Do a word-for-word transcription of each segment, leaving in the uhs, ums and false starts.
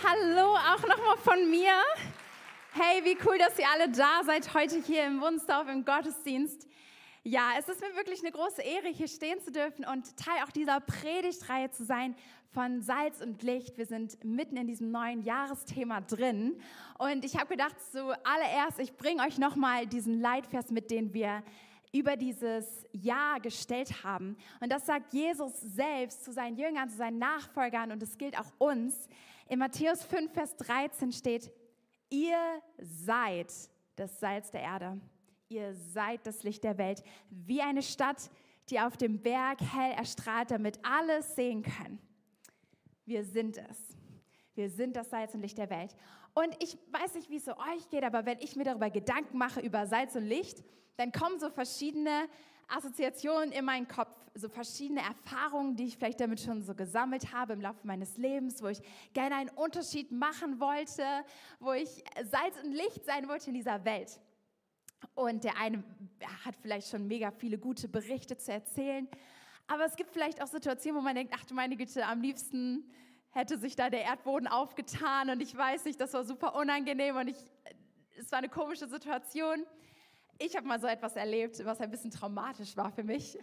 Hallo, auch nochmal von mir. Hey, wie cool, dass ihr alle da seid heute hier im Wunsdorf im Gottesdienst. Ja, es ist mir wirklich eine große Ehre, hier stehen zu dürfen und Teil auch dieser Predigtreihe zu sein von Salz und Licht. Wir sind mitten in diesem neuen Jahresthema drin und ich habe gedacht, zuallererst, ich bringe euch nochmal diesen Leitvers mit, den wir über dieses Jahr gestellt haben. Und das sagt Jesus selbst zu seinen Jüngern, zu seinen Nachfolgern und es gilt auch uns. In Matthäus fünf, Vers dreizehn steht: Ihr seid das Salz der Erde. Ihr seid das Licht der Welt. Wie eine Stadt, die auf dem Berg hell erstrahlt, damit alle es sehen können. Wir sind es. Wir sind das Salz und Licht der Welt. Und ich weiß nicht, wie es so euch geht, aber wenn ich mir darüber Gedanken mache, über Salz und Licht, dann kommen so verschiedene Assoziationen in meinen Kopf, so verschiedene Erfahrungen, die ich vielleicht damit schon so gesammelt habe im Laufe meines Lebens, wo ich gerne einen Unterschied machen wollte, wo ich Salz und Licht sein wollte in dieser Welt. Und der eine hat vielleicht schon mega viele gute Berichte zu erzählen, aber es gibt vielleicht auch Situationen, wo man denkt, ach du meine Güte, am liebsten hätte sich da der Erdboden aufgetan und ich weiß nicht, das war super unangenehm und ich, es war eine komische Situation. Ich habe mal so etwas erlebt, was ein bisschen traumatisch war für mich.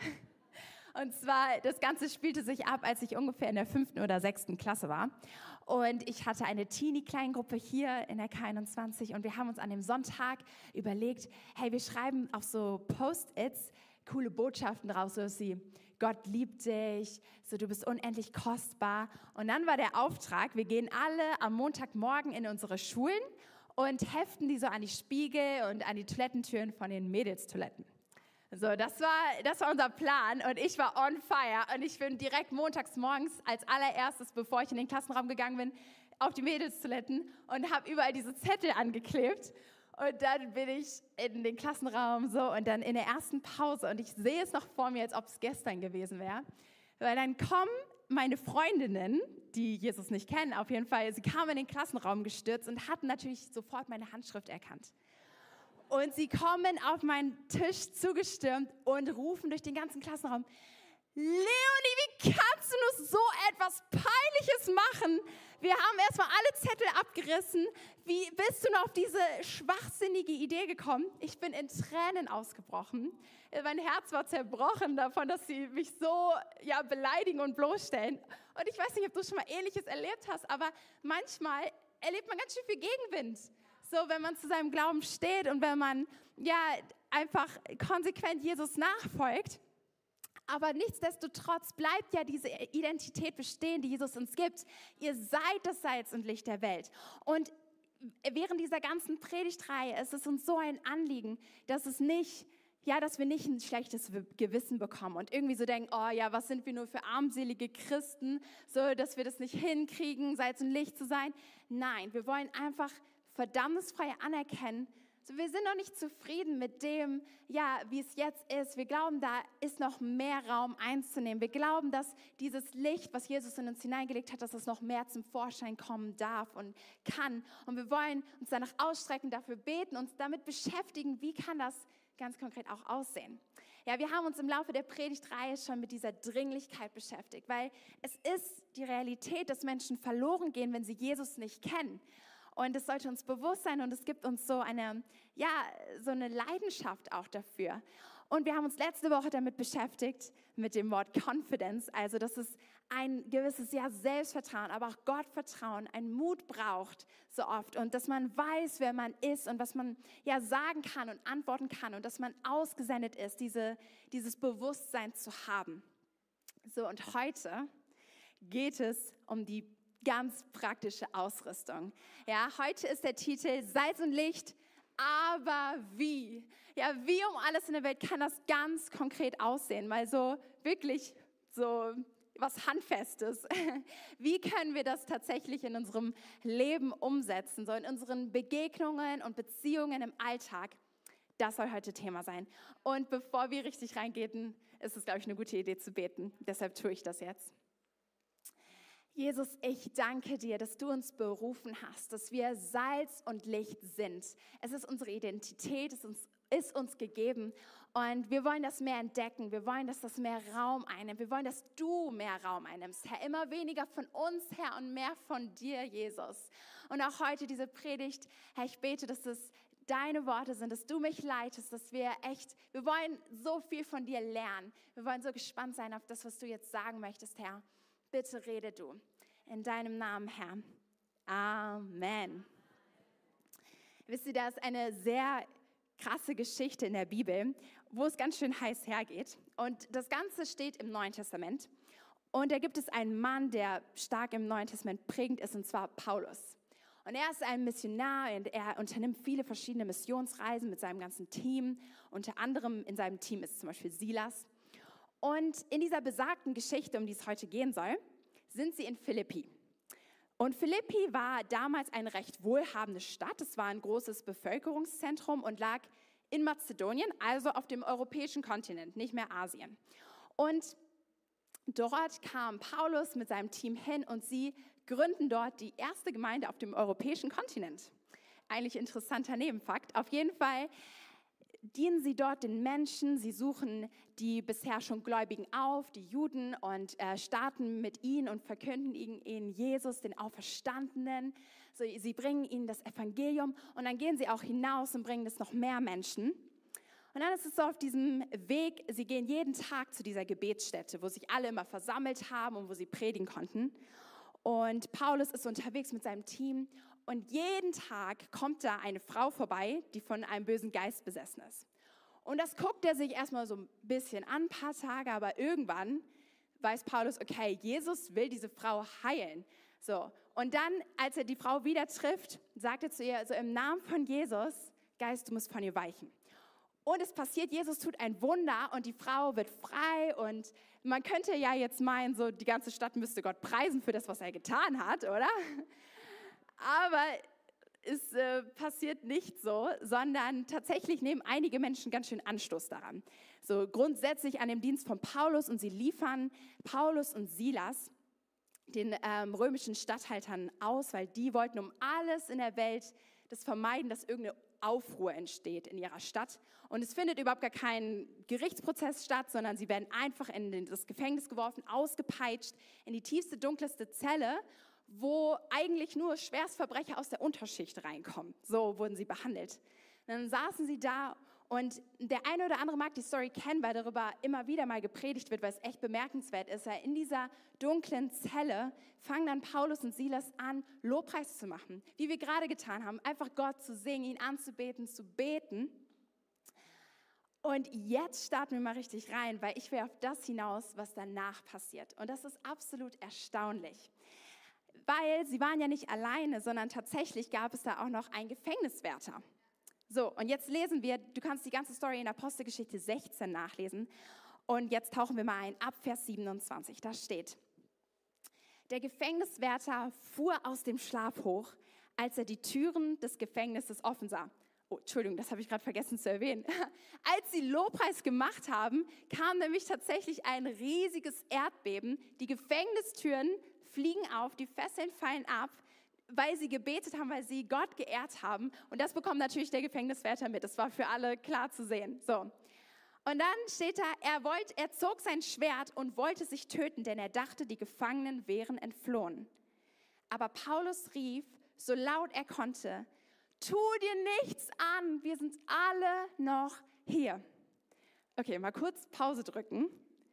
Und zwar, das Ganze spielte sich ab, als ich ungefähr in der fünften oder sechsten Klasse war. Und ich hatte eine Teenie-Kleingruppe hier in der K einundzwanzig und wir haben uns an dem Sonntag überlegt, hey, wir schreiben auf so Post-its coole Botschaften raus, so wie Gott liebt dich, so du bist unendlich kostbar. Und dann war der Auftrag, wir gehen alle am Montagmorgen in unsere Schulen und heften die so an die Spiegel und an die Toilettentüren von den Mädelstoiletten. So, das war, das war unser Plan und ich war on fire und ich bin direkt montags morgens als allererstes, bevor ich in den Klassenraum gegangen bin, auf die Mädelstoiletten und habe überall diese Zettel angeklebt und dann bin ich in den Klassenraum so und dann in der ersten Pause und ich sehe es noch vor mir, als ob es gestern gewesen wäre, weil dann kommen meine Freundinnen, die Jesus nicht kennen, auf jeden Fall, sie kamen in den Klassenraum gestürzt und hatten natürlich sofort meine Handschrift erkannt. Und sie kommen auf meinen Tisch zugestürmt und rufen durch den ganzen Klassenraum: Leonie, wie kannst du nur so etwas Peinliches machen? Wir haben erstmal alle Zettel abgerissen. Wie bist du nur auf diese schwachsinnige Idee gekommen? Ich bin in Tränen ausgebrochen. Mein Herz war zerbrochen davon, dass sie mich so ja, beleidigen und bloßstellen. Und ich weiß nicht, ob du schon mal Ähnliches erlebt hast, aber manchmal erlebt man ganz schön viel Gegenwind. So, wenn man zu seinem Glauben steht und wenn man ja einfach konsequent Jesus nachfolgt. Aber nichtsdestotrotz bleibt ja diese Identität bestehen, die Jesus uns gibt. Ihr seid das Salz und Licht der Welt. Und während dieser ganzen Predigtreihe ist es uns so ein Anliegen, dass es nicht, ja, dass wir nicht ein schlechtes Gewissen bekommen und irgendwie so denken, oh ja, was sind wir nur für armselige Christen, so dass wir das nicht hinkriegen, Salz und Licht zu sein. Nein, wir wollen einfach verdammnisfrei anerkennen, so, wir sind noch nicht zufrieden mit dem, ja, wie es jetzt ist. Wir glauben, da ist noch mehr Raum einzunehmen. Wir glauben, dass dieses Licht, was Jesus in uns hineingelegt hat, dass es noch mehr zum Vorschein kommen darf und kann. Und wir wollen uns danach ausstrecken, dafür beten, uns damit beschäftigen, wie kann das ganz konkret auch aussehen. Ja, wir haben uns im Laufe der Predigtreihe schon mit dieser Dringlichkeit beschäftigt, weil es ist die Realität, dass Menschen verloren gehen, wenn sie Jesus nicht kennen. Und es sollte uns bewusst sein und es gibt uns so eine, ja, so eine Leidenschaft auch dafür. Und wir haben uns letzte Woche damit beschäftigt, mit dem Wort Confidence, also dass es ein gewisses ja, Selbstvertrauen, aber auch Gottvertrauen, ein Mut braucht so oft und dass man weiß, wer man ist und was man ja sagen kann und antworten kann und dass man ausgesendet ist, diese, dieses Bewusstsein zu haben. So, und heute geht es um die ganz praktische Ausrüstung. Ja, heute ist der Titel Salz und Licht, aber wie? Ja, wie um alles in der Welt kann das ganz konkret aussehen? Mal so wirklich so was Handfestes. Wie können wir das tatsächlich in unserem Leben umsetzen? So in unseren Begegnungen und Beziehungen im Alltag. Das soll heute Thema sein. Und bevor wir richtig reingehen, ist es, glaube ich, eine gute Idee zu beten. Deshalb tue ich das jetzt. Jesus, ich danke dir, dass du uns berufen hast, dass wir Salz und Licht sind. Es ist unsere Identität, es ist ist uns gegeben und wir wollen das mehr entdecken, wir wollen, dass das mehr Raum einnimmt, wir wollen, dass du mehr Raum einnimmst, Herr, immer weniger von uns, Herr, und mehr von dir, Jesus. Und auch heute diese Predigt, Herr, ich bete, dass es deine Worte sind, dass du mich leitest, dass wir echt, wir wollen so viel von dir lernen, wir wollen so gespannt sein auf das, was du jetzt sagen möchtest, Herr. Bitte rede du, in deinem Namen, Herr. Amen. Wisst ihr, da ist eine sehr krasse Geschichte in der Bibel, wo es ganz schön heiß hergeht. Und das Ganze steht im Neuen Testament. Und da gibt es einen Mann, der stark im Neuen Testament prägend ist, und zwar Paulus. Und er ist ein Missionar und er unternimmt viele verschiedene Missionsreisen mit seinem ganzen Team. Unter anderem in seinem Team ist zum Beispiel Silas. Und in dieser besagten Geschichte, um die es heute gehen soll, sind sie in Philippi. Und Philippi war damals eine recht wohlhabende Stadt. Es war ein großes Bevölkerungszentrum und lag in Mazedonien, also auf dem europäischen Kontinent, nicht mehr Asien. Und dort kam Paulus mit seinem Team hin und sie gründen dort die erste Gemeinde auf dem europäischen Kontinent. Eigentlich interessanter Nebenfakt. Auf jeden Fall dienen sie dort den Menschen, sie suchen die bisher schon Gläubigen auf, die Juden, und äh, starten mit ihnen und verkünden ihnen Jesus, den Auferstandenen. So, sie bringen ihnen das Evangelium und dann gehen sie auch hinaus und bringen das noch mehr Menschen. Und dann ist es so auf diesem Weg, sie gehen jeden Tag zu dieser Gebetsstätte, wo sich alle immer versammelt haben und wo sie predigen konnten. Und Paulus ist unterwegs mit seinem Team und jeden Tag kommt da eine Frau vorbei, die von einem bösen Geist besessen ist. Und das guckt er sich erstmal so ein bisschen an, ein paar Tage, aber irgendwann weiß Paulus, okay, Jesus will diese Frau heilen. So, und dann, als er die Frau wieder trifft, sagt er zu ihr, so im Namen von Jesus, Geist, du musst von ihr weichen. Und es passiert, Jesus tut ein Wunder und die Frau wird frei und man könnte ja jetzt meinen, so die ganze Stadt müsste Gott preisen für das, was er getan hat, oder? Aber es äh, passiert nicht so, sondern tatsächlich nehmen einige Menschen ganz schön Anstoß daran. So grundsätzlich an dem Dienst von Paulus, und sie liefern Paulus und Silas den ähm, römischen Statthaltern aus, weil die wollten um alles in der Welt das vermeiden, dass irgendeine Aufruhr entsteht in ihrer Stadt. Und es findet überhaupt gar kein Gerichtsprozess statt, sondern sie werden einfach in das Gefängnis geworfen, ausgepeitscht, in die tiefste, dunkelste Zelle, wo eigentlich nur Schwerstverbrecher aus der Unterschicht reinkommen. So wurden sie behandelt. Und dann saßen sie da und der eine oder andere mag die Story kennen, weil darüber immer wieder mal gepredigt wird, weil es echt bemerkenswert ist. In dieser dunklen Zelle fangen dann Paulus und Silas an, Lobpreis zu machen, wie wir gerade getan haben, einfach Gott zu singen, ihn anzubeten, zu beten. Und jetzt starten wir mal richtig rein, weil ich will auf das hinaus, was danach passiert. Und das ist absolut erstaunlich. Weil sie waren ja nicht alleine, sondern tatsächlich gab es da auch noch einen Gefängniswärter. So, und jetzt lesen wir, du kannst die ganze Story in Apostelgeschichte sechzehn nachlesen. Und jetzt tauchen wir mal ein, ab Vers siebenundzwanzig. Da steht: Der Gefängniswärter fuhr aus dem Schlaf hoch, als er die Türen des Gefängnisses offen sah. Oh, Entschuldigung, das habe ich gerade vergessen zu erwähnen. Als sie Lobpreis gemacht haben, kam nämlich tatsächlich ein riesiges Erdbeben. Die Gefängnistüren fliegen auf, die Fesseln fallen ab, weil sie gebetet haben, weil sie Gott geehrt haben. Und das bekommt natürlich der Gefängniswärter mit. Das war für alle klar zu sehen. So. Und dann steht da, er, wollte, er zog sein Schwert und wollte sich töten, denn er dachte, die Gefangenen wären entflohen. Aber Paulus rief, so laut er konnte: Tu dir nichts an, wir sind alle noch hier. Okay, mal kurz Pause drücken.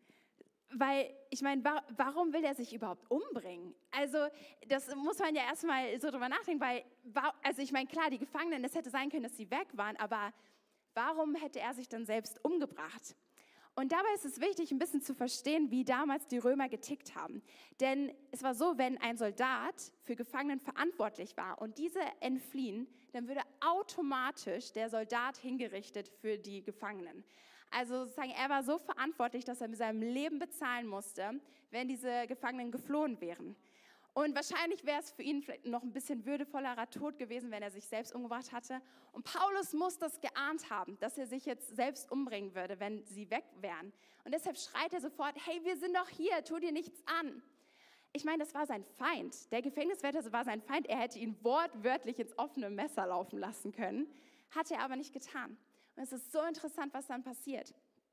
Weil, ich meine, warum will er sich überhaupt umbringen? Also, das muss man ja erstmal so drüber nachdenken, weil, also ich meine, klar, die Gefangenen, es hätte sein können, dass sie weg waren, aber warum hätte er sich dann selbst umgebracht? Und dabei ist es wichtig, ein bisschen zu verstehen, wie damals die Römer getickt haben. Denn es war so, wenn ein Soldat für Gefangenen verantwortlich war und diese entfliehen, dann würde automatisch der Soldat hingerichtet für die Gefangenen. Also sozusagen, er war so verantwortlich, dass er mit seinem Leben bezahlen musste, wenn diese Gefangenen geflohen wären. Und wahrscheinlich wäre es für ihn vielleicht noch ein bisschen würdevollerer Tod gewesen, wenn er sich selbst umgebracht hatte. Und Paulus muss das geahnt haben, dass er sich jetzt selbst umbringen würde, wenn sie weg wären. Und deshalb schreit er sofort: Hey, wir sind doch hier, tu dir nichts an. Ich meine, das war sein Feind. Der Gefängniswärter war sein Feind. Er hätte ihn wortwörtlich ins offene Messer laufen lassen können. Hat er aber nicht getan. Und es ist so interessant, was dann passiert.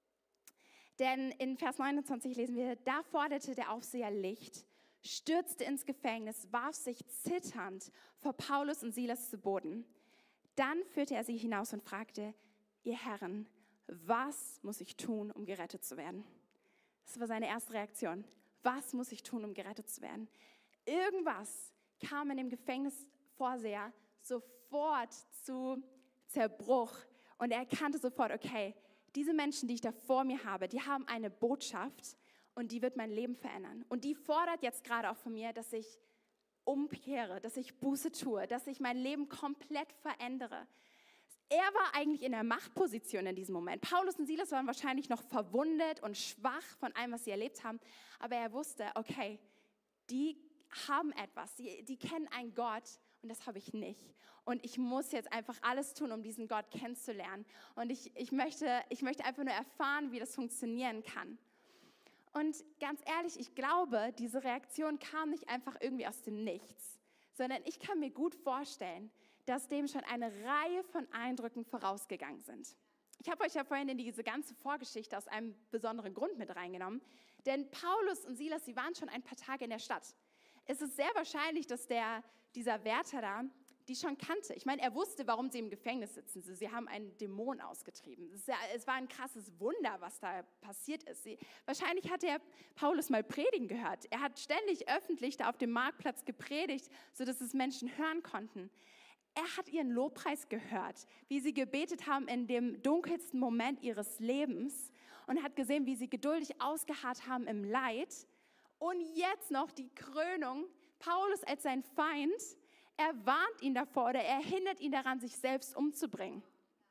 Denn in Vers neunundzwanzig lesen wir, da forderte der Aufseher Licht, stürzte ins Gefängnis, warf sich zitternd vor Paulus und Silas zu Boden. Dann führte er sie hinaus und fragte, ihr Herren, was muss ich tun, um gerettet zu werden? Das war seine erste Reaktion. Was muss ich tun, um gerettet zu werden? Irgendwas kam in dem Gefängnisvorseher sofort zu Zerbruch und er erkannte sofort, okay, diese Menschen, die ich da vor mir habe, die haben eine Botschaft und die wird mein Leben verändern. Und die fordert jetzt gerade auch von mir, dass ich umkehre, dass ich Buße tue, dass ich mein Leben komplett verändere. Er war eigentlich in der Machtposition in diesem Moment. Paulus und Silas waren wahrscheinlich noch verwundet und schwach von allem, was sie erlebt haben. Aber er wusste, okay, die haben etwas, die, die kennen einen Gott und das habe ich nicht. Und ich muss jetzt einfach alles tun, um diesen Gott kennenzulernen. Und ich, ich, möchte, ich möchte einfach nur erfahren, wie das funktionieren kann. Und ganz ehrlich, ich glaube, diese Reaktion kam nicht einfach irgendwie aus dem Nichts, sondern ich kann mir gut vorstellen, dass dem schon eine Reihe von Eindrücken vorausgegangen sind. Ich habe euch ja vorhin in diese ganze Vorgeschichte aus einem besonderen Grund mit reingenommen, denn Paulus und Silas, sie waren schon ein paar Tage in der Stadt. Es ist sehr wahrscheinlich, dass der, dieser Wärter da die schon kannte. Ich meine, er wusste, warum sie im Gefängnis sitzen. Sie, sie haben einen Dämon ausgetrieben. Es, ja, es war ein krasses Wunder, was da passiert ist. Sie, wahrscheinlich hat er Paulus mal predigen gehört. Er hat ständig öffentlich da auf dem Marktplatz gepredigt, sodass es Menschen hören konnten. Er hat ihren Lobpreis gehört, wie sie gebetet haben in dem dunkelsten Moment ihres Lebens und hat gesehen, wie sie geduldig ausgeharrt haben im Leid. Und jetzt noch die Krönung, Paulus als sein Feind. Er warnt ihn davor oder er hindert ihn daran, sich selbst umzubringen.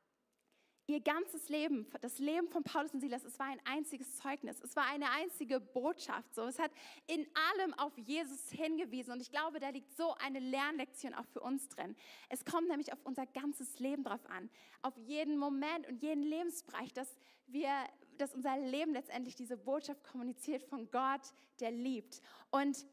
Ihr ganzes Leben, das Leben von Paulus und Silas, es war ein einziges Zeugnis. Es war eine einzige Botschaft. So, es hat in allem auf Jesus hingewiesen. Und ich glaube, da liegt so eine Lernlektion auch für uns drin. Es kommt nämlich auf unser ganzes Leben drauf an. Auf jeden Moment und jeden Lebensbereich, dass wir, dass unser Leben letztendlich diese Botschaft kommuniziert von Gott, der liebt. Und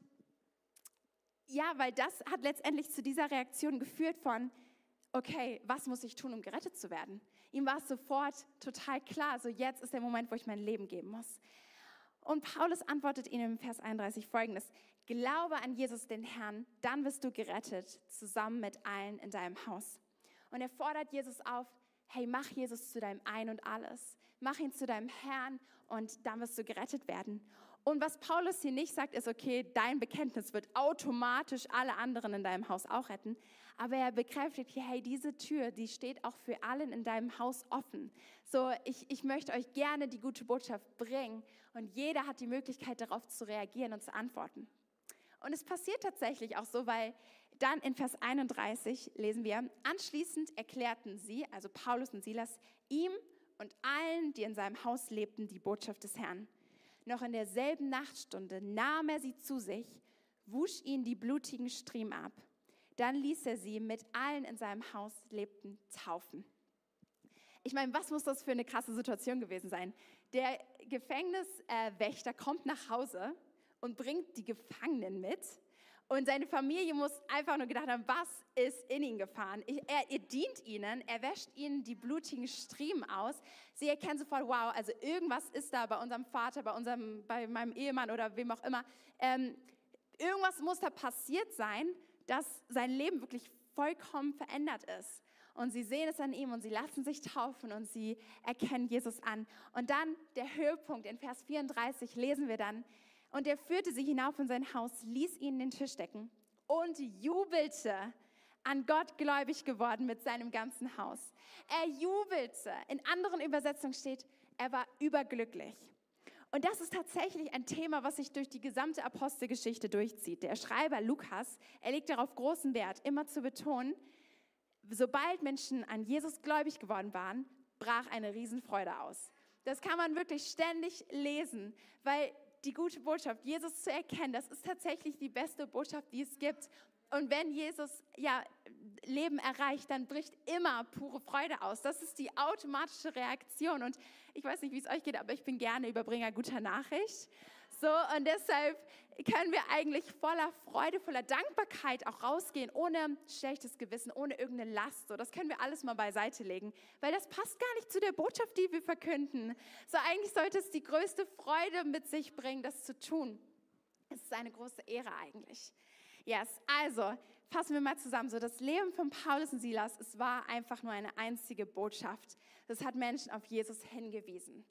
ja, weil das hat letztendlich zu dieser Reaktion geführt von, okay, was muss ich tun, um gerettet zu werden? Ihm war es sofort total klar, so jetzt ist der Moment, wo ich mein Leben geben muss. Und Paulus antwortet ihnen im Vers einunddreißig folgendes, glaube an Jesus, den Herrn, dann wirst du gerettet, zusammen mit allen in deinem Haus. Und er fordert Jesus auf, hey, mach Jesus zu deinem Ein und Alles. Mach ihn zu deinem Herrn und dann wirst du gerettet werden. Und was Paulus hier nicht sagt, ist, okay, dein Bekenntnis wird automatisch alle anderen in deinem Haus auch retten. Aber er bekräftigt hier, hey, diese Tür, die steht auch für allen in deinem Haus offen. So, ich, ich möchte euch gerne die gute Botschaft bringen. Und jeder hat die Möglichkeit, darauf zu reagieren und zu antworten. Und es passiert tatsächlich auch so, weil dann in Vers einunddreißig lesen wir, anschließend erklärten sie, also Paulus und Silas, ihm und allen, die in seinem Haus lebten, die Botschaft des Herrn. Noch in derselben Nachtstunde nahm er sie zu sich, wusch ihnen die blutigen Striemen ab. Dann ließ er sie mit allen in seinem Haus lebten taufen. Ich meine, was muss das für eine krasse Situation gewesen sein? Der Gefängniswächter kommt nach Hause und bringt die Gefangenen mit. Und seine Familie muss einfach nur gedacht haben, was ist in ihn gefahren? Er, er dient ihnen, er wäscht ihnen die blutigen Striemen aus. Sie erkennen sofort, wow, also irgendwas ist da bei unserem Vater, bei, unserem, bei meinem Ehemann oder wem auch immer. Ähm, irgendwas muss da passiert sein, dass sein Leben wirklich vollkommen verändert ist. Und sie sehen es an ihm und sie lassen sich taufen und sie erkennen Jesus an. Und dann der Höhepunkt, in Vers vierunddreißig lesen wir dann, und er führte sie hinauf in sein Haus, ließ ihnen den Tisch decken und jubelte, an Gott gläubig geworden mit seinem ganzen Haus. Er jubelte. In anderen Übersetzungen steht, er war überglücklich. Und das ist tatsächlich ein Thema, was sich durch die gesamte Apostelgeschichte durchzieht. Der Schreiber Lukas, er legt darauf großen Wert, immer zu betonen, sobald Menschen an Jesus gläubig geworden waren, brach eine Riesenfreude aus. Das kann man wirklich ständig lesen, weil die gute Botschaft, Jesus zu erkennen, das ist tatsächlich die beste Botschaft, die es gibt. Und wenn Jesus ja, Leben erreicht, dann bricht immer pure Freude aus. Das ist die automatische Reaktion. Und ich weiß nicht, wie es euch geht, aber ich bin gerne Überbringer guter Nachricht. So, und deshalb können wir eigentlich voller Freude, voller Dankbarkeit auch rausgehen, ohne schlechtes Gewissen, ohne irgendeine Last. So, das können wir alles mal beiseite legen, weil das passt gar nicht zu der Botschaft, die wir verkünden. So, eigentlich sollte es die größte Freude mit sich bringen, das zu tun. Es ist eine große Ehre eigentlich. Yes, also fassen wir mal zusammen. So, das Leben von Paulus und Silas, es war einfach nur eine einzige Botschaft. Das hat Menschen auf Jesus hingewiesen.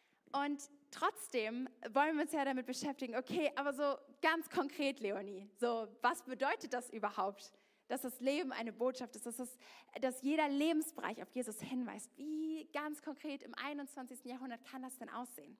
Und trotzdem wollen wir uns ja damit beschäftigen, okay, aber so ganz konkret, Leonie, so was bedeutet das überhaupt, dass das Leben eine Botschaft ist, dass, das, dass jeder Lebensbereich auf Jesus hinweist? Wie ganz konkret im einundzwanzigsten Jahrhundert kann das denn aussehen?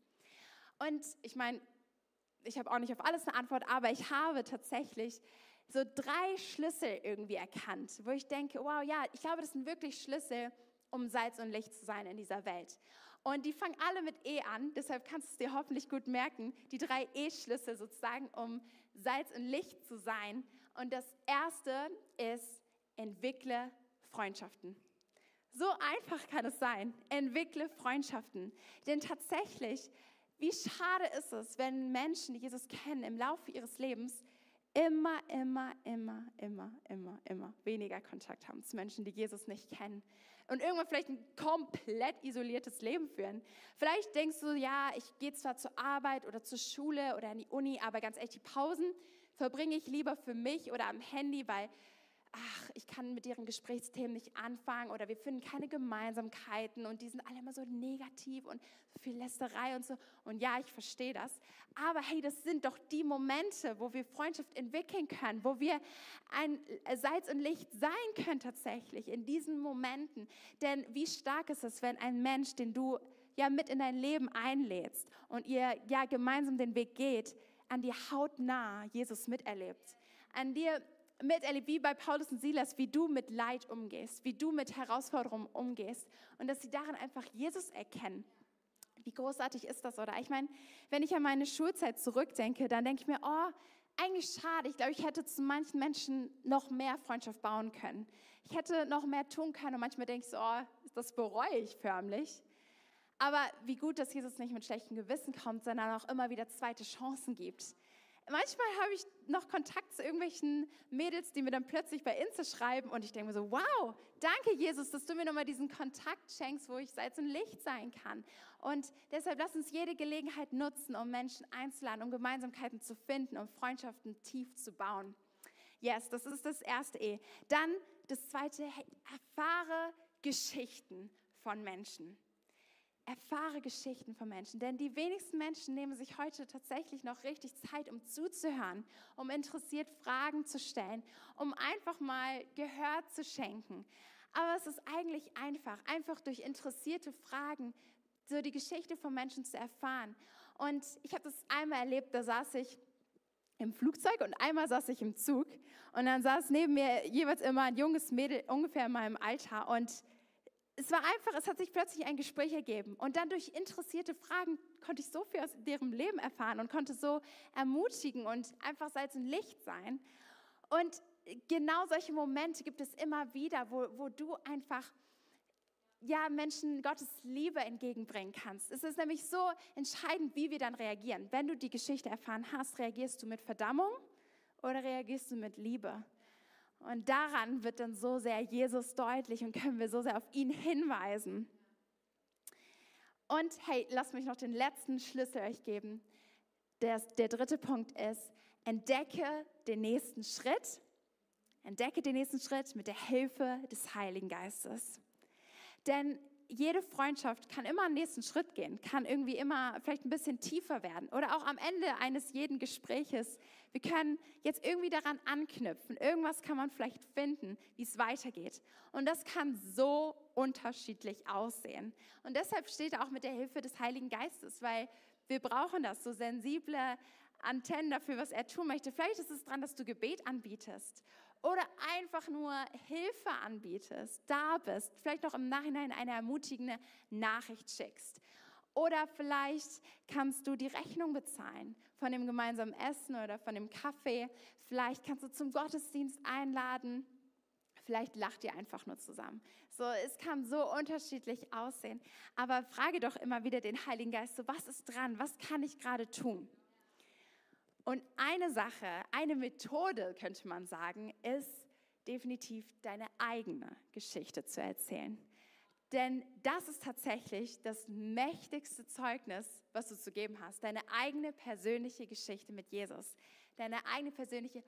Und ich meine, ich habe auch nicht auf alles eine Antwort, aber ich habe tatsächlich so drei Schlüssel irgendwie erkannt, wo ich denke, wow, ja, ich glaube, das sind wirklich Schlüssel, um Salz und Licht zu sein in dieser Welt. Und die fangen alle mit E an, deshalb kannst du es dir hoffentlich gut merken, die drei E-Schlüssel sozusagen, um Salz und Licht zu sein. Und das erste ist, entwickle Freundschaften. So einfach kann es sein, entwickle Freundschaften. Denn tatsächlich, wie schade ist es, wenn Menschen, die Jesus kennen, im Laufe ihres Lebens immer, immer, immer, immer, immer, immer weniger Kontakt haben zu Menschen, die Jesus nicht kennen. Und irgendwann vielleicht ein komplett isoliertes Leben führen. Vielleicht denkst du, ja, ich gehe zwar zur Arbeit oder zur Schule oder in die Uni, aber ganz ehrlich, die Pausen verbringe ich lieber für mich oder am Handy, weil ach, ich kann mit deren Gesprächsthemen nicht anfangen oder wir finden keine Gemeinsamkeiten und die sind alle immer so negativ und so viel Lästerei und so. Und ja, ich verstehe das. Aber hey, das sind doch die Momente, wo wir Freundschaft entwickeln können, wo wir ein Salz und Licht sein können tatsächlich in diesen Momenten. Denn wie stark ist es, wenn ein Mensch, den du ja mit in dein Leben einlädst und ihr ja gemeinsam den Weg geht, an dir hautnah Jesus miterlebt, an dir miterlebt, wie bei Paulus und Silas, wie du mit Leid umgehst, wie du mit Herausforderungen umgehst und dass sie darin einfach Jesus erkennen. Wie großartig ist das, oder? Ich meine, wenn ich an meine Schulzeit zurückdenke, dann denke ich mir, oh, eigentlich schade. Ich glaube, ich hätte zu manchen Menschen noch mehr Freundschaft bauen können. Ich hätte noch mehr tun können und manchmal denke ich so, oh, das bereue ich förmlich. Aber wie gut, dass Jesus nicht mit schlechtem Gewissen kommt, sondern auch immer wieder zweite Chancen gibt. Manchmal habe ich noch Kontakt zu irgendwelchen Mädels, die mir dann plötzlich bei Insta schreiben und ich denke mir so, wow, danke Jesus, dass du mir nochmal diesen Kontakt schenkst, wo ich Salz und Licht sein kann. Und deshalb lass uns jede Gelegenheit nutzen, um Menschen einzuladen, um Gemeinsamkeiten zu finden, um Freundschaften tief zu bauen. Yes, das ist das erste E. Dann das zweite, hey, erfahre Geschichten von Menschen. Erfahre Geschichten von Menschen, denn die wenigsten Menschen nehmen sich heute tatsächlich noch richtig Zeit, um zuzuhören, um interessiert Fragen zu stellen, um einfach mal Gehör zu schenken. Aber es ist eigentlich einfach, einfach durch interessierte Fragen so die Geschichte von Menschen zu erfahren. Und ich habe das einmal erlebt, da saß ich im Flugzeug und einmal saß ich im Zug und dann saß neben mir jeweils immer ein junges Mädel, ungefähr in meinem Alter, und es war einfach, es hat sich plötzlich ein Gespräch ergeben und dann durch interessierte Fragen konnte ich so viel aus deren Leben erfahren und konnte so ermutigen und einfach Salz und Licht sein. Und genau solche Momente gibt es immer wieder, wo, wo du einfach ja, Menschen Gottes Liebe entgegenbringen kannst. Es ist nämlich so entscheidend, wie wir dann reagieren. Wenn du die Geschichte erfahren hast, reagierst du mit Verdammung oder reagierst du mit Liebe? Und daran wird dann so sehr Jesus deutlich und können wir so sehr auf ihn hinweisen. Und hey, lasst mich noch den letzten Schlüssel euch geben. Der, der dritte Punkt ist, entdecke den nächsten Schritt. Entdecke den nächsten Schritt mit der Hilfe des Heiligen Geistes. Denn jede Freundschaft kann immer einen nächsten Schritt gehen, kann irgendwie immer vielleicht ein bisschen tiefer werden oder auch am Ende eines jeden Gespräches. Wir können jetzt irgendwie daran anknüpfen. Irgendwas kann man vielleicht finden, wie es weitergeht. Und das kann so unterschiedlich aussehen. Und deshalb steht auch mit der Hilfe des Heiligen Geistes, weil wir brauchen das, so sensible Antennen dafür, was er tun möchte. Vielleicht ist es dran, dass du Gebet anbietest oder einfach nur Hilfe anbietest, da bist, vielleicht noch im Nachhinein eine ermutigende Nachricht schickst. Oder vielleicht kannst du die Rechnung bezahlen von dem gemeinsamen Essen oder von dem Kaffee. Vielleicht kannst du zum Gottesdienst einladen. Vielleicht lacht ihr einfach nur zusammen. So, es kann so unterschiedlich aussehen. Aber frage doch immer wieder den Heiligen Geist, so, was ist dran? Was kann ich gerade tun? Und eine Sache, eine Methode, könnte man sagen, ist definitiv deine eigene Geschichte zu erzählen. Denn das ist tatsächlich das mächtigste Zeugnis, was du zu geben hast. Deine eigene persönliche Geschichte mit Jesus. Deine eigene persönliche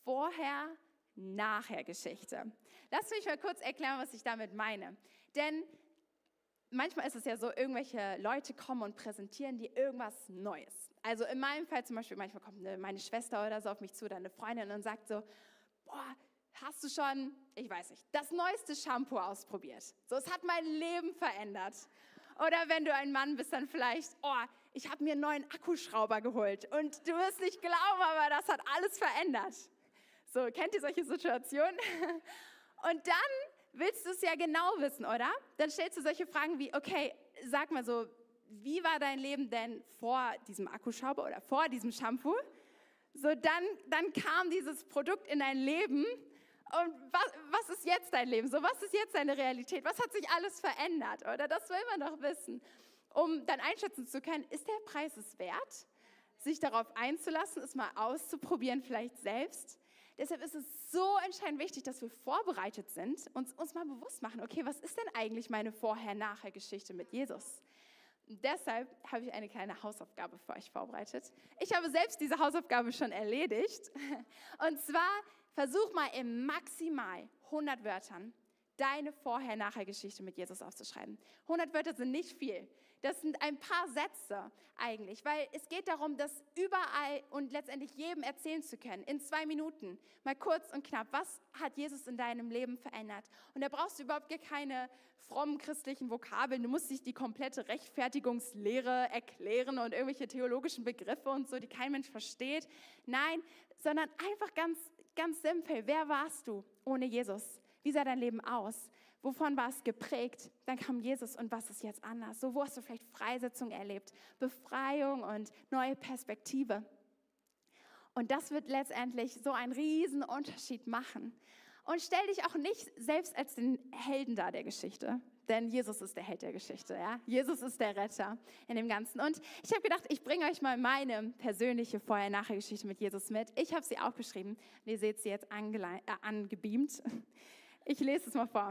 Vorher-Nachher-Geschichte. Lass mich mal kurz erklären, was ich damit meine. Denn manchmal ist es ja so, irgendwelche Leute kommen und präsentieren dir irgendwas Neues. Also in meinem Fall zum Beispiel, manchmal kommt eine, meine Schwester oder so auf mich zu, oder eine Freundin und sagt so, boah, hast du schon, ich weiß nicht, das neueste Shampoo ausprobiert? So, es hat mein Leben verändert. Oder wenn du ein Mann bist, dann vielleicht, oh, ich habe mir einen neuen Akkuschrauber geholt und du wirst nicht glauben, aber das hat alles verändert. So, kennt ihr solche Situationen? Und dann willst du es ja genau wissen, oder? Dann stellst du solche Fragen wie, okay, sag mal so, wie war dein Leben denn vor diesem Akkuschrauber oder vor diesem Shampoo? So, dann, dann kam dieses Produkt in dein Leben. Und was, was ist jetzt dein Leben? So, was ist jetzt deine Realität? Was hat sich alles verändert? Oder das will man doch wissen, um dann einschätzen zu können, ist der Preis es wert, sich darauf einzulassen, es mal auszuprobieren, vielleicht selbst? Deshalb ist es so entscheidend wichtig, dass wir vorbereitet sind und uns mal bewusst machen, okay, was ist denn eigentlich meine Vorher-Nachher-Geschichte mit Jesus? Und deshalb habe ich eine kleine Hausaufgabe für euch vorbereitet. Ich habe selbst diese Hausaufgabe schon erledigt. Und zwar versuch mal in maximal hundert Wörtern deine Vorher-Nachher-Geschichte mit Jesus aufzuschreiben. hundert Wörter sind nicht viel. Das sind ein paar Sätze eigentlich, weil es geht darum, das überall und letztendlich jedem erzählen zu können. In zwei Minuten, mal kurz und knapp. Was hat Jesus in deinem Leben verändert? Und da brauchst du überhaupt gar keine frommen christlichen Vokabeln. Du musst nicht die komplette Rechtfertigungslehre erklären und irgendwelche theologischen Begriffe und so, die kein Mensch versteht. Nein, sondern einfach ganz, ganz simpel. Wer warst du ohne Jesus? Wie sah dein Leben aus? Wovon war es geprägt? Dann kam Jesus und was ist jetzt anders? So, wo hast du vielleicht Freisetzung erlebt, Befreiung und neue Perspektive? Und das wird letztendlich so einen riesen Unterschied machen. Und stell dich auch nicht selbst als den Helden dar der Geschichte, denn Jesus ist der Held der Geschichte. Ja? Jesus ist der Retter in dem Ganzen. Und ich habe gedacht, ich bringe euch mal meine persönliche Vorher-Nachher-Geschichte mit Jesus mit. Ich habe sie aufgeschrieben und ihr seht sie jetzt angele- äh, angebeamt. Ich lese es mal vor.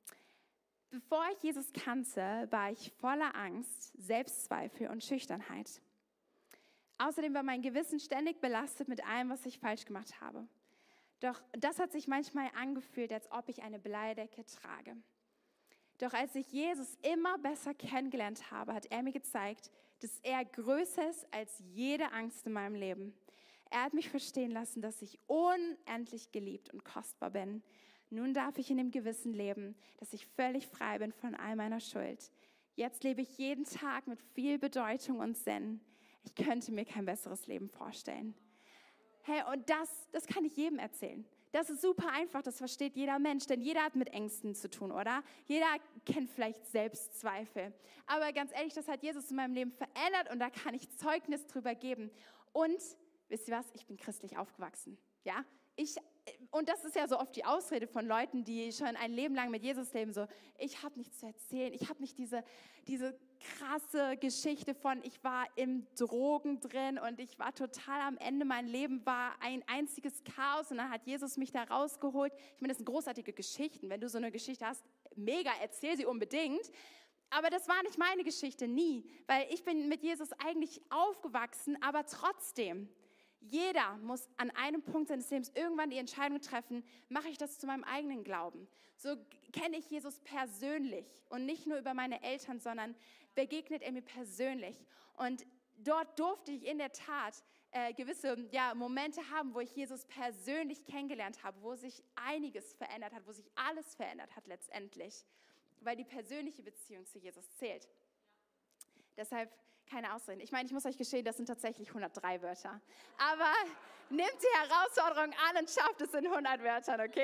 Bevor ich Jesus kannte, war ich voller Angst, Selbstzweifel und Schüchternheit. Außerdem war mein Gewissen ständig belastet mit allem, was ich falsch gemacht habe. Doch das hat sich manchmal angefühlt, als ob ich eine Bleidecke trage. Doch als ich Jesus immer besser kennengelernt habe, hat er mir gezeigt, dass er größer ist als jede Angst in meinem Leben. Er hat mich verstehen lassen, dass ich unendlich geliebt und kostbar bin. Nun darf ich in dem Gewissen leben, dass ich völlig frei bin von all meiner Schuld. Jetzt lebe ich jeden Tag mit viel Bedeutung und Sinn. Ich könnte mir kein besseres Leben vorstellen. Hey, und das, das kann ich jedem erzählen. Das ist super einfach, das versteht jeder Mensch, denn jeder hat mit Ängsten zu tun, oder? Jeder kennt vielleicht Selbstzweifel. Aber ganz ehrlich, das hat Jesus in meinem Leben verändert und da kann ich Zeugnis drüber geben. Und, wisst ihr was, ich bin christlich aufgewachsen, ja? Ich, und das ist ja so oft die Ausrede von Leuten, die schon ein Leben lang mit Jesus leben, so, ich habe nichts zu erzählen, ich habe nicht diese, diese krasse Geschichte von, ich war im Drogen drin und ich war total am Ende, mein Leben war ein einziges Chaos und dann hat Jesus mich da rausgeholt. Ich meine, das sind großartige Geschichten, wenn du so eine Geschichte hast, mega, erzähl sie unbedingt. Aber das war nicht meine Geschichte, nie, weil ich bin mit Jesus eigentlich aufgewachsen, aber trotzdem, jeder muss an einem Punkt seines Lebens irgendwann die Entscheidung treffen, mache ich das zu meinem eigenen Glauben. So kenne ich Jesus persönlich und nicht nur über meine Eltern, sondern begegnet er mir persönlich. Und dort durfte ich in der Tat äh, gewisse ja, Momente haben, wo ich Jesus persönlich kennengelernt habe, wo sich einiges verändert hat, wo sich alles verändert hat letztendlich, weil die persönliche Beziehung zu Jesus zählt. Deshalb keine Ausreden. Ich meine, ich muss euch gestehen, das sind tatsächlich hundertdrei Wörter. Aber nehmt die Herausforderung an und schafft es in hundert Wörtern, okay?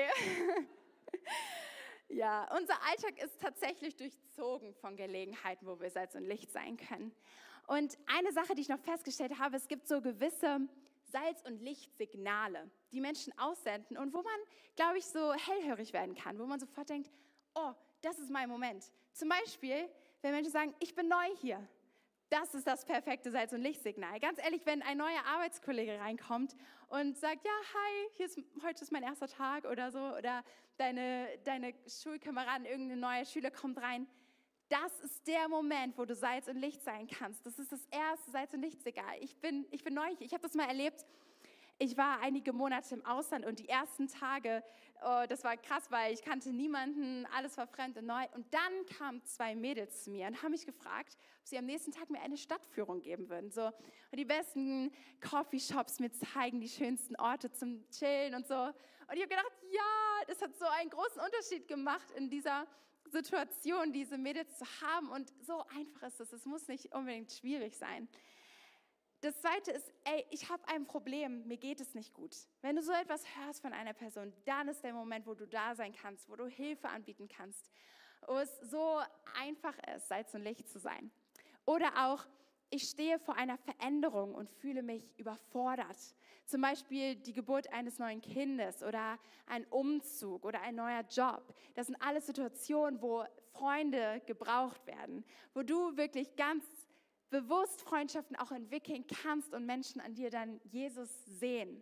Ja, unser Alltag ist tatsächlich durchzogen von Gelegenheiten, wo wir Salz und Licht sein können. Und eine Sache, die ich noch festgestellt habe, es gibt so gewisse Salz- und Lichtsignale, die Menschen aussenden und wo man, glaube ich, so hellhörig werden kann, wo man sofort denkt, oh, das ist mein Moment. Zum Beispiel, wenn Menschen sagen, ich bin neu hier. Das ist das perfekte Salz- und Lichtsignal. Ganz ehrlich, wenn ein neuer Arbeitskollege reinkommt und sagt, ja, hi, hier ist, heute ist mein erster Tag oder so, oder deine, deine Schulkameradin, irgendein neuer Schüler kommt rein, das ist der Moment, wo du Salz und Licht sein kannst. Das ist das erste Salz- und Lichtsignal. Ich bin, ich bin neu, ich habe das mal erlebt. Ich war einige Monate im Ausland und die ersten Tage, oh, das war krass, weil ich kannte niemanden, alles war fremd und neu. Und dann kamen zwei Mädels zu mir und haben mich gefragt, ob sie am nächsten Tag mir eine Stadtführung geben würden. So, und die besten Coffeeshops mir zeigen, die schönsten Orte zum Chillen und so. Und ich habe gedacht, ja, das hat so einen großen Unterschied gemacht in dieser Situation, diese Mädels zu haben. Und so einfach ist es, es muss nicht unbedingt schwierig sein. Das Zweite ist, ey, ich habe ein Problem, mir geht es nicht gut. Wenn du so etwas hörst von einer Person, dann ist der Moment, wo du da sein kannst, wo du Hilfe anbieten kannst, wo es so einfach ist, Salz und Licht zu sein. Oder auch, ich stehe vor einer Veränderung und fühle mich überfordert. Zum Beispiel die Geburt eines neuen Kindes oder ein Umzug oder ein neuer Job. Das sind alles Situationen, wo Freunde gebraucht werden, wo du wirklich ganz bewusst Freundschaften auch entwickeln kannst und Menschen an dir dann Jesus sehen.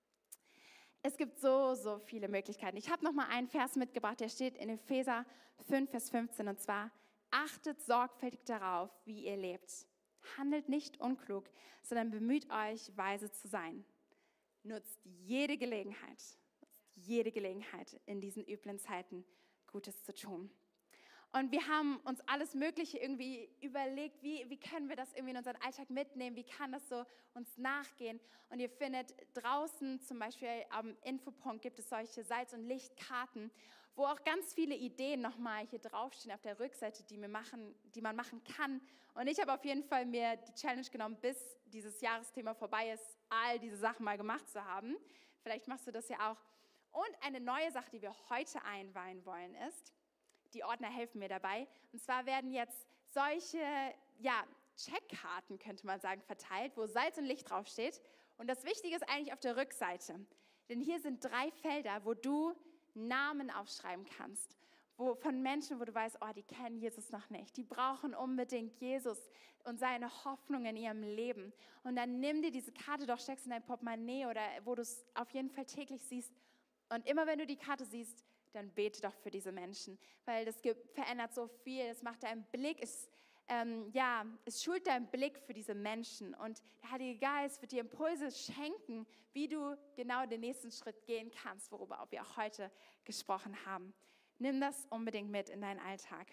Es gibt so, so viele Möglichkeiten. Ich habe noch mal einen Vers mitgebracht, der steht in Epheser fünf, Vers fünfzehn, und zwar: Achtet sorgfältig darauf, wie ihr lebt. Handelt nicht unklug, sondern bemüht euch, weise zu sein. Nutzt jede Gelegenheit, jede Gelegenheit in diesen üblen Zeiten, Gutes zu tun. Und wir haben uns alles Mögliche irgendwie überlegt, wie, wie können wir das irgendwie in unseren Alltag mitnehmen, wie kann das so uns nachgehen. Und ihr findet draußen zum Beispiel am Infopunkt gibt es solche Salz- und Lichtkarten, wo auch ganz viele Ideen nochmal hier draufstehen auf der Rückseite, die, wir machen, die man machen kann. Und ich habe auf jeden Fall mir die Challenge genommen, bis dieses Jahresthema vorbei ist, all diese Sachen mal gemacht zu haben. Vielleicht machst du das ja auch. Und eine neue Sache, die wir heute einweihen wollen, ist, die Ordner helfen mir dabei. Und zwar werden jetzt solche, ja, Checkkarten, könnte man sagen, verteilt, wo Salz und Licht draufsteht. Und das Wichtige ist eigentlich auf der Rückseite. Denn hier sind drei Felder, wo du Namen aufschreiben kannst. Wo, von Menschen, wo du weißt, oh, die kennen Jesus noch nicht. Die brauchen unbedingt Jesus und seine Hoffnung in ihrem Leben. Und dann nimm dir diese Karte doch, steckst in dein Portemonnaie oder wo du es auf jeden Fall täglich siehst. Und immer wenn du die Karte siehst, dann bete doch für diese Menschen, weil das verändert so viel, es macht deinen Blick, es, ähm, ja, es schult deinen Blick für diese Menschen und der Heilige Geist wird dir Impulse schenken, wie du genau den nächsten Schritt gehen kannst, worüber wir auch heute gesprochen haben. Nimm das unbedingt mit in deinen Alltag.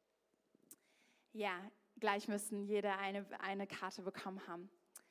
Ja, gleich müssen jeder eine, eine Karte bekommen haben.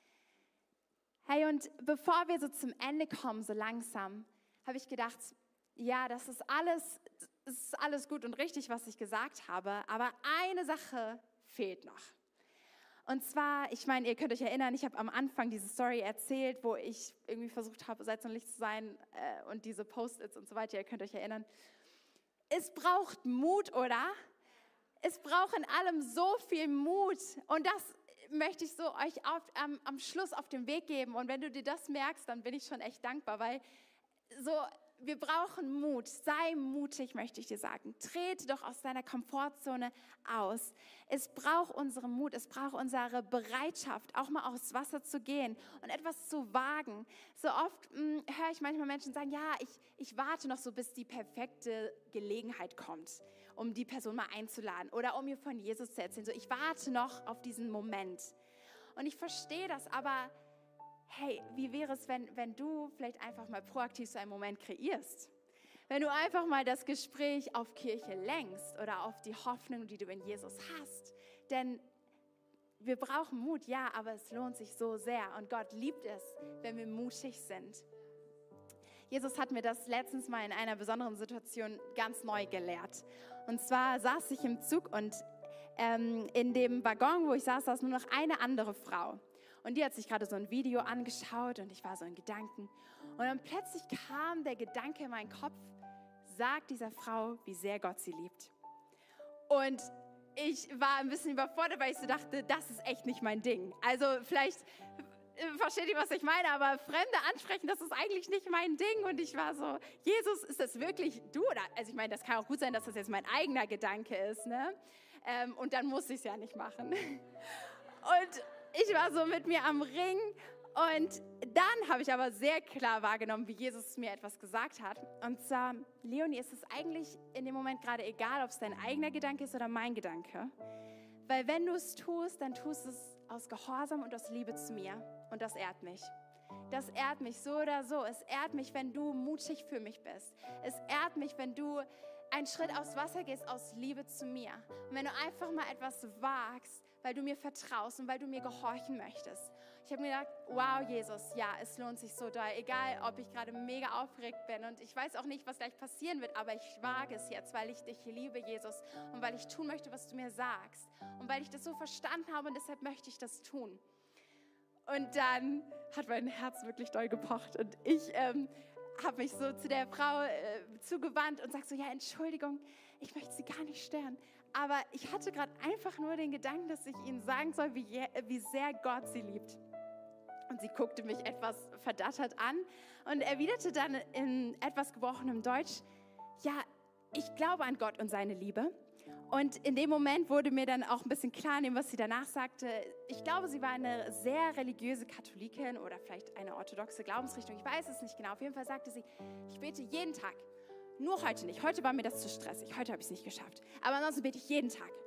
Hey, und bevor wir so zum Ende kommen, so langsam, habe ich gedacht, ja, das ist alles, das ist alles gut und richtig, was ich gesagt habe, aber eine Sache fehlt noch. Und zwar, ich meine, ihr könnt euch erinnern, ich habe am Anfang diese Story erzählt, wo ich irgendwie versucht habe, Salz und Licht zu sein äh, und diese Post-its und so weiter, ihr könnt euch erinnern. Es braucht Mut, oder? Es braucht in allem so viel Mut und das möchte ich so euch auf, am, am Schluss auf den Weg geben und wenn du dir das merkst, dann bin ich schon echt dankbar, weil so... Wir brauchen Mut. Sei mutig, möchte ich dir sagen. Trete doch aus deiner Komfortzone aus. Es braucht unseren Mut, es braucht unsere Bereitschaft, auch mal aufs Wasser zu gehen und etwas zu wagen. So oft mh, höre ich manchmal Menschen sagen, ja, ich, ich warte noch so, bis die perfekte Gelegenheit kommt, um die Person mal einzuladen oder um ihr von Jesus zu erzählen. So, ich warte noch auf diesen Moment. Und ich verstehe das, aber hey, wie wäre es, wenn, wenn du vielleicht einfach mal proaktiv so einen Moment kreierst? Wenn du einfach mal das Gespräch auf Kirche lenkst oder auf die Hoffnung, die du in Jesus hast. Denn wir brauchen Mut, ja, aber es lohnt sich so sehr. Und Gott liebt es, wenn wir mutig sind. Jesus hat mir das letztens mal in einer besonderen Situation ganz neu gelehrt. Und zwar saß ich im Zug und ähm, in dem Waggon, wo ich saß, saß nur noch eine andere Frau. Und die hat sich gerade so ein Video angeschaut und ich war so in Gedanken. Und dann plötzlich kam der Gedanke in meinen Kopf, sag dieser Frau, wie sehr Gott sie liebt. Und ich war ein bisschen überfordert, weil ich so dachte, das ist echt nicht mein Ding. Also vielleicht äh, versteht ihr, was ich meine, aber Fremde ansprechen, das ist eigentlich nicht mein Ding. Und ich war so, Jesus, ist das wirklich du? Oder, also ich meine, das kann auch gut sein, dass das jetzt mein eigener Gedanke ist, ne? Ähm, und dann muss ich es ja nicht machen. Und ich war so mit mir am Ring. Und dann habe ich aber sehr klar wahrgenommen, wie Jesus mir etwas gesagt hat. Und zwar, Leonie, ist es eigentlich in dem Moment gerade egal, ob es dein eigener Gedanke ist oder mein Gedanke. Weil wenn du es tust, dann tust du es aus Gehorsam und aus Liebe zu mir. Und das ehrt mich. Das ehrt mich so oder so. Es ehrt mich, wenn du mutig für mich bist. Es ehrt mich, wenn du einen Schritt aufs Wasser gehst aus Liebe zu mir. Und wenn du einfach mal etwas wagst, weil du mir vertraust und weil du mir gehorchen möchtest. Ich habe mir gedacht, wow, Jesus, ja, es lohnt sich so doll. Egal, ob ich gerade mega aufgeregt bin und ich weiß auch nicht, was gleich passieren wird, aber ich wage es jetzt, weil ich dich liebe, Jesus, und weil ich tun möchte, was du mir sagst. Und weil ich das so verstanden habe und deshalb möchte ich das tun. Und dann hat mein Herz wirklich doll gepocht und ich ähm, habe mich so zu der Frau äh, zugewandt und sage so, ja, Entschuldigung, ich möchte sie gar nicht stören. Aber ich hatte gerade einfach nur den Gedanken, dass ich ihnen sagen soll, wie, wie sehr Gott sie liebt. Und sie guckte mich etwas verdattert an und erwiderte dann in etwas gebrochenem Deutsch, ja, ich glaube an Gott und seine Liebe. Und in dem Moment wurde mir dann auch ein bisschen klar, in dem, was sie danach sagte, ich glaube, sie war eine sehr religiöse Katholikin oder vielleicht eine orthodoxe Glaubensrichtung, ich weiß es nicht genau. Auf jeden Fall sagte sie, ich bete jeden Tag, nur heute nicht. Heute war mir das zu stressig, heute habe ich es nicht geschafft. Aber ansonsten bete ich jeden Tag.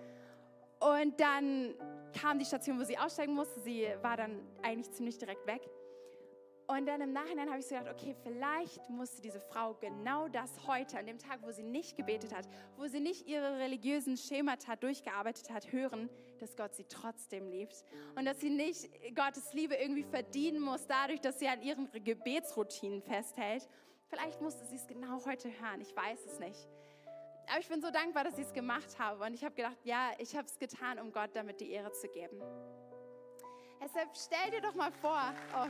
Und dann kam die Station, wo sie aussteigen musste. Sie war dann eigentlich ziemlich direkt weg. Und dann im Nachhinein habe ich so gedacht, okay, vielleicht musste diese Frau genau das heute, an dem Tag, wo sie nicht gebetet hat, wo sie nicht ihre religiösen Schemata durchgearbeitet hat, hören, dass Gott sie trotzdem liebt. Und dass sie nicht Gottes Liebe irgendwie verdienen muss, dadurch, dass sie an ihren Gebetsroutinen festhält. Vielleicht musste sie es genau heute hören, ich weiß es nicht. Aber ich bin so dankbar, dass ich es gemacht habe. Und ich habe gedacht, ja, ich habe es getan, um Gott damit die Ehre zu geben. Deshalb stell dir doch mal vor, oh,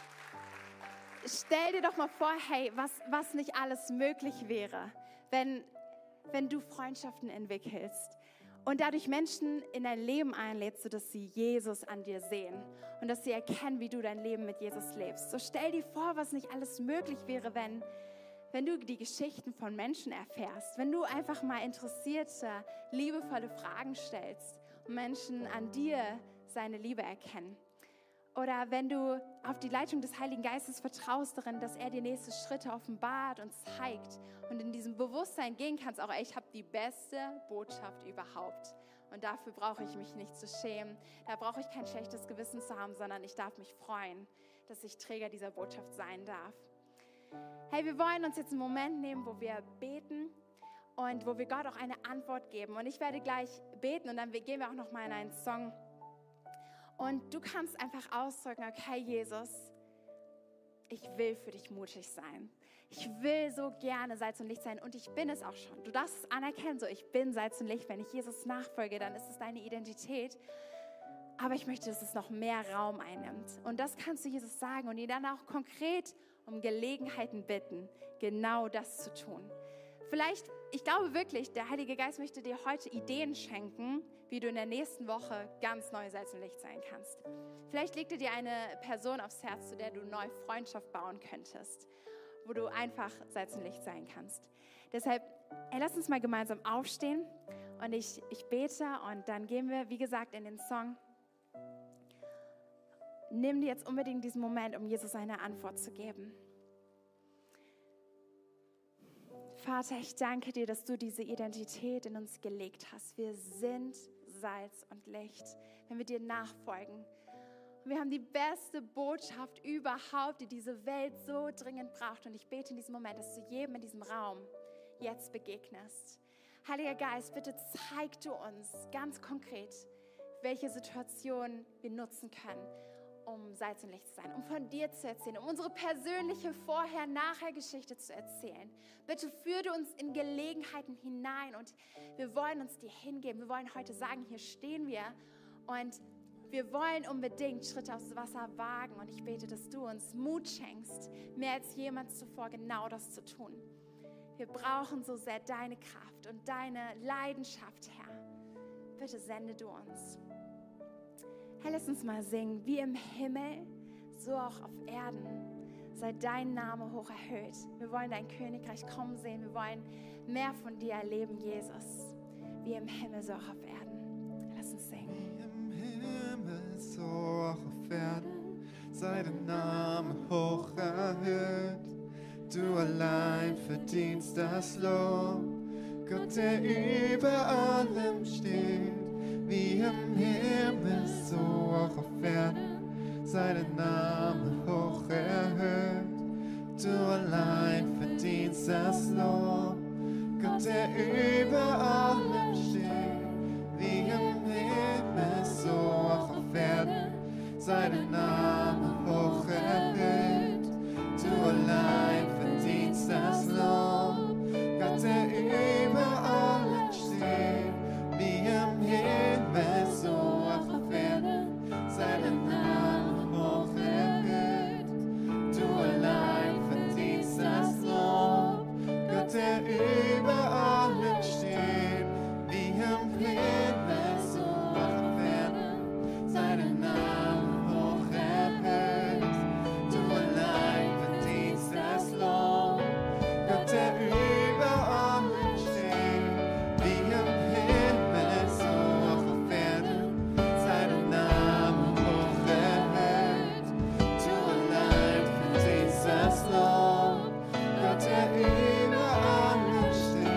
stell dir doch mal vor, hey, was, was nicht alles möglich wäre, wenn, wenn du Freundschaften entwickelst und dadurch Menschen in dein Leben einlädst, sodass sie Jesus an dir sehen und dass sie erkennen, wie du dein Leben mit Jesus lebst. So stell dir vor, was nicht alles möglich wäre, wenn, wenn du die Geschichten von Menschen erfährst, wenn du einfach mal interessierte, liebevolle Fragen stellst und Menschen an dir seine Liebe erkennen. Oder wenn du auf die Leitung des Heiligen Geistes vertraust darin, dass er dir nächste Schritte offenbart und zeigt und in diesem Bewusstsein gehen kannst, auch ey, ich habe die beste Botschaft überhaupt. Und dafür brauche ich mich nicht zu schämen. Da brauche ich kein schlechtes Gewissen zu haben, sondern ich darf mich freuen, dass ich Träger dieser Botschaft sein darf. Hey, wir wollen uns jetzt einen Moment nehmen, wo wir beten und wo wir Gott auch eine Antwort geben. Und ich werde gleich beten und dann gehen wir auch noch mal in einen Song. Und du kannst einfach ausdrücken, okay, Jesus, ich will für dich mutig sein. Ich will so gerne Salz und Licht sein und ich bin es auch schon. Du darfst es anerkennen, so ich bin Salz und Licht. Wenn ich Jesus nachfolge, dann ist es deine Identität. Aber ich möchte, dass es noch mehr Raum einnimmt. Und das kannst du Jesus sagen und ihn dann auch konkret um Gelegenheiten bitten, genau das zu tun. Vielleicht, ich glaube wirklich, der Heilige Geist möchte dir heute Ideen schenken, wie du in der nächsten Woche ganz neu Salz und Licht sein kannst. Vielleicht legt er dir eine Person aufs Herz, zu der du neu Freundschaft bauen könntest, wo du einfach Salz und Licht sein kannst. Deshalb, ey, lass uns mal gemeinsam aufstehen und ich, ich bete und dann gehen wir, wie gesagt, in den Song. Nimm dir jetzt unbedingt diesen Moment, um Jesus eine Antwort zu geben. Vater, ich danke dir, dass du diese Identität in uns gelegt hast. Wir sind Salz und Licht, wenn wir dir nachfolgen. Und wir haben die beste Botschaft überhaupt, die diese Welt so dringend braucht. Und ich bete in diesem Moment, dass du jedem in diesem Raum jetzt begegnest. Heiliger Geist, bitte zeig du uns ganz konkret, welche Situation wir nutzen können, um Salz und Licht zu sein, um von dir zu erzählen, um unsere persönliche Vorher-Nachher-Geschichte zu erzählen. Bitte führe uns in Gelegenheiten hinein und wir wollen uns dir hingeben. Wir wollen heute sagen, hier stehen wir und wir wollen unbedingt Schritte aufs Wasser wagen und ich bete, dass du uns Mut schenkst, mehr als jemals zuvor genau das zu tun. Wir brauchen so sehr deine Kraft und deine Leidenschaft, Herr. Bitte sende du uns. Herr, lass uns mal singen, wie im Himmel, so auch auf Erden. Sei dein Name hoch erhöht. Wir wollen dein Königreich kommen sehen. Wir wollen mehr von dir erleben, Jesus. Wie im Himmel, so auch auf Erden. Lass uns singen. Wie im Himmel. so auch auf Erden. Sei dein Name hoch erhöht. Du allein verdienst das Lob. Gott, der über allem steht, wie im Himmel, so auch auf Erden. Sei dein Name hoch erhöht. Du allein verdienst das Lob. Gott, der über allem steht, wie im Himmel, so auch auf Erden. Sei dein Name hoch erhöht. Du allein verdienst das Lob. Gott, der über allem steht, wie im Himmel, so auch auf Erden. Sei dein Name hoch erhöht. Du allein verdienst das Lob. Gott, der über allem steht, wie im Himmel, so auch auf Erden. Sei dein Name hoch erhöht. Du allein verdienst das Lob. Gott, der über allem steht, wie im Himmel, so auch auf Erden. Sei dein Name hoch erhöht. Du allein verdienst das Lob. Gott, der über allem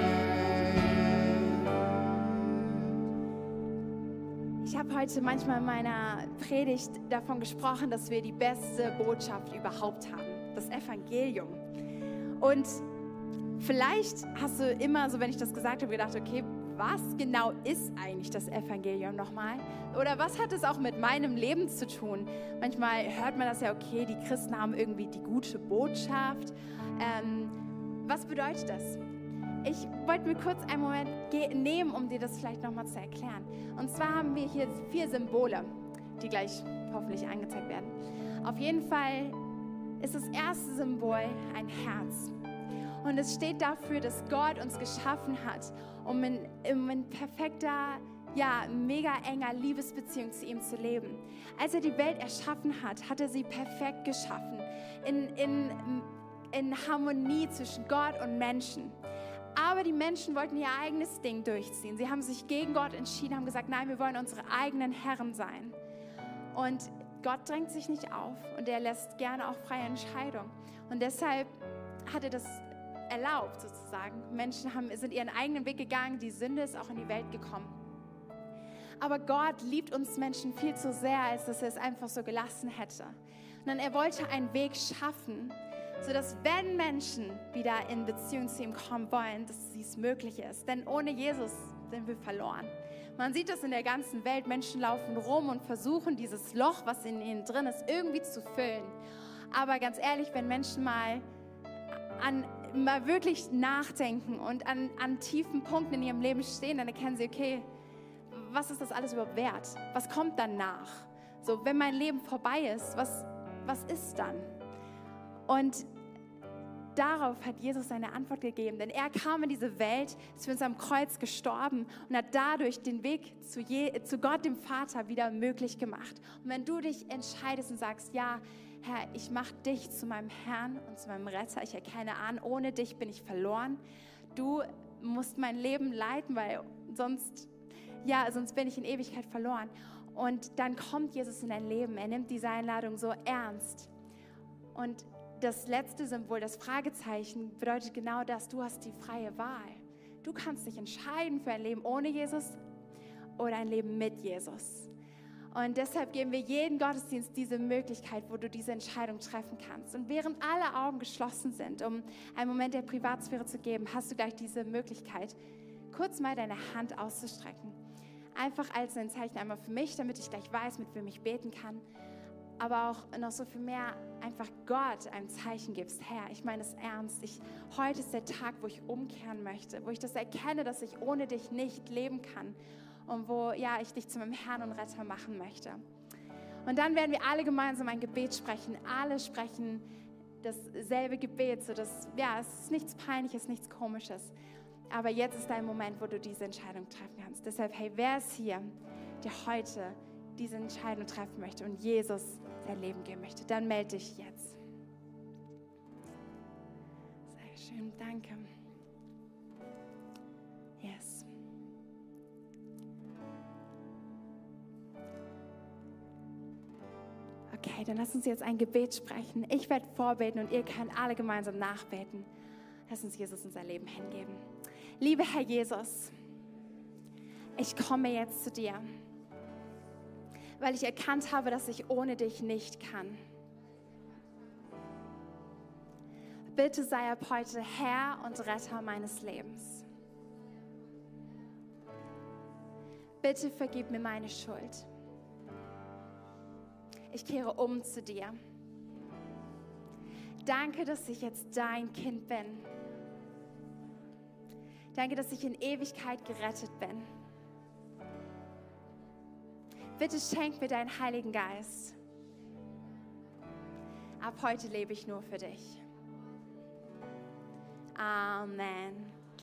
steht. Ich habe heute manchmal in meiner Predigt davon gesprochen, dass wir die beste Botschaft überhaupt haben, das Evangelium. Und vielleicht hast du immer, so wenn ich das gesagt habe, gedacht, okay, was genau ist eigentlich das Evangelium nochmal? Oder was hat es auch mit meinem Leben zu tun? Manchmal hört man das ja, okay, die Christen haben irgendwie die gute Botschaft. Ähm, was bedeutet das? Ich wollte mir kurz einen Moment ge- nehmen, um dir das vielleicht nochmal zu erklären. Und zwar haben wir hier vier Symbole, die gleich hoffentlich angezeigt werden. Auf jeden Fall ist das erste Symbol ein Herz. Und es steht dafür, dass Gott uns geschaffen hat, um in, um in perfekter, ja, mega enger Liebesbeziehung zu ihm zu leben. Als er die Welt erschaffen hat, hat er sie perfekt geschaffen. In, in, in Harmonie zwischen Gott und Menschen. Aber die Menschen wollten ihr eigenes Ding durchziehen. Sie haben sich gegen Gott entschieden, haben gesagt, nein, wir wollen unsere eigenen Herren sein. Und Gott drängt sich nicht auf und er lässt gerne auch freie Entscheidung. Und deshalb hat er das erlaubt sozusagen. Menschen haben, sind ihren eigenen Weg gegangen, die Sünde ist auch in die Welt gekommen. Aber Gott liebt uns Menschen viel zu sehr, als dass er es einfach so gelassen hätte. Und er wollte einen Weg schaffen, sodass wenn Menschen wieder in Beziehung zu ihm kommen wollen, dass es möglich ist. Denn ohne Jesus sind wir verloren. Man sieht das in der ganzen Welt. Menschen laufen rum und versuchen, dieses Loch, was in ihnen drin ist, irgendwie zu füllen. Aber ganz ehrlich, wenn Menschen mal, an, mal wirklich nachdenken und an, an tiefen Punkten in ihrem Leben stehen, dann erkennen sie, okay, was ist das alles überhaupt wert? Was kommt danach? So, wenn mein Leben vorbei ist, was, was ist dann? Und darauf hat Jesus seine Antwort gegeben, denn er kam in diese Welt, ist für uns am Kreuz gestorben und hat dadurch den Weg zu, Je- zu Gott, dem Vater, wieder möglich gemacht. Und wenn du dich entscheidest und sagst, ja, Herr, ich mache dich zu meinem Herrn und zu meinem Retter, ich erkenne an, ohne dich bin ich verloren. Du musst mein Leben leiten, weil sonst, ja, sonst bin ich in Ewigkeit verloren. Und dann kommt Jesus in dein Leben, er nimmt diese Einladung so ernst. Und das letzte Symbol, das Fragezeichen, bedeutet genau das, du hast die freie Wahl. Du kannst dich entscheiden für ein Leben ohne Jesus oder ein Leben mit Jesus. Und deshalb geben wir jeden Gottesdienst diese Möglichkeit, wo du diese Entscheidung treffen kannst. Und während alle Augen geschlossen sind, um einen Moment der Privatsphäre zu geben, hast du gleich diese Möglichkeit, kurz mal deine Hand auszustrecken. Einfach als ein Zeichen einmal für mich, damit ich gleich weiß, mit wem ich beten kann. Aber auch noch so viel mehr einfach Gott ein Zeichen gibst. Herr, ich meine es ernst. Ich, heute ist der Tag, wo ich umkehren möchte, wo ich das erkenne, dass ich ohne dich nicht leben kann und wo ja, ich dich zu meinem Herrn und Retter machen möchte. Und dann werden wir alle gemeinsam ein Gebet sprechen. Alle sprechen dasselbe Gebet. So dass, ja, es ist nichts Peinliches, nichts Komisches. Aber jetzt ist dein Moment, wo du diese Entscheidung treffen kannst. Deshalb, hey, wer ist hier, der heute diese Entscheidung treffen möchte und Jesus sein Leben geben möchte, dann melde dich jetzt. Sehr schön, danke. Yes. Okay, dann lass uns jetzt ein Gebet sprechen. Ich werde vorbeten und ihr könnt alle gemeinsam nachbeten. Lass uns Jesus unser Leben hingeben. Lieber Herr Jesus, ich komme jetzt zu dir, weil ich erkannt habe, dass ich ohne dich nicht kann. Bitte sei ab heute Herr und Retter meines Lebens. Bitte vergib mir meine Schuld. Ich kehre um zu dir. Danke, dass ich jetzt dein Kind bin. Danke, dass ich in Ewigkeit gerettet bin. Bitte schenk mir deinen Heiligen Geist. Ab heute lebe ich nur für dich. Amen.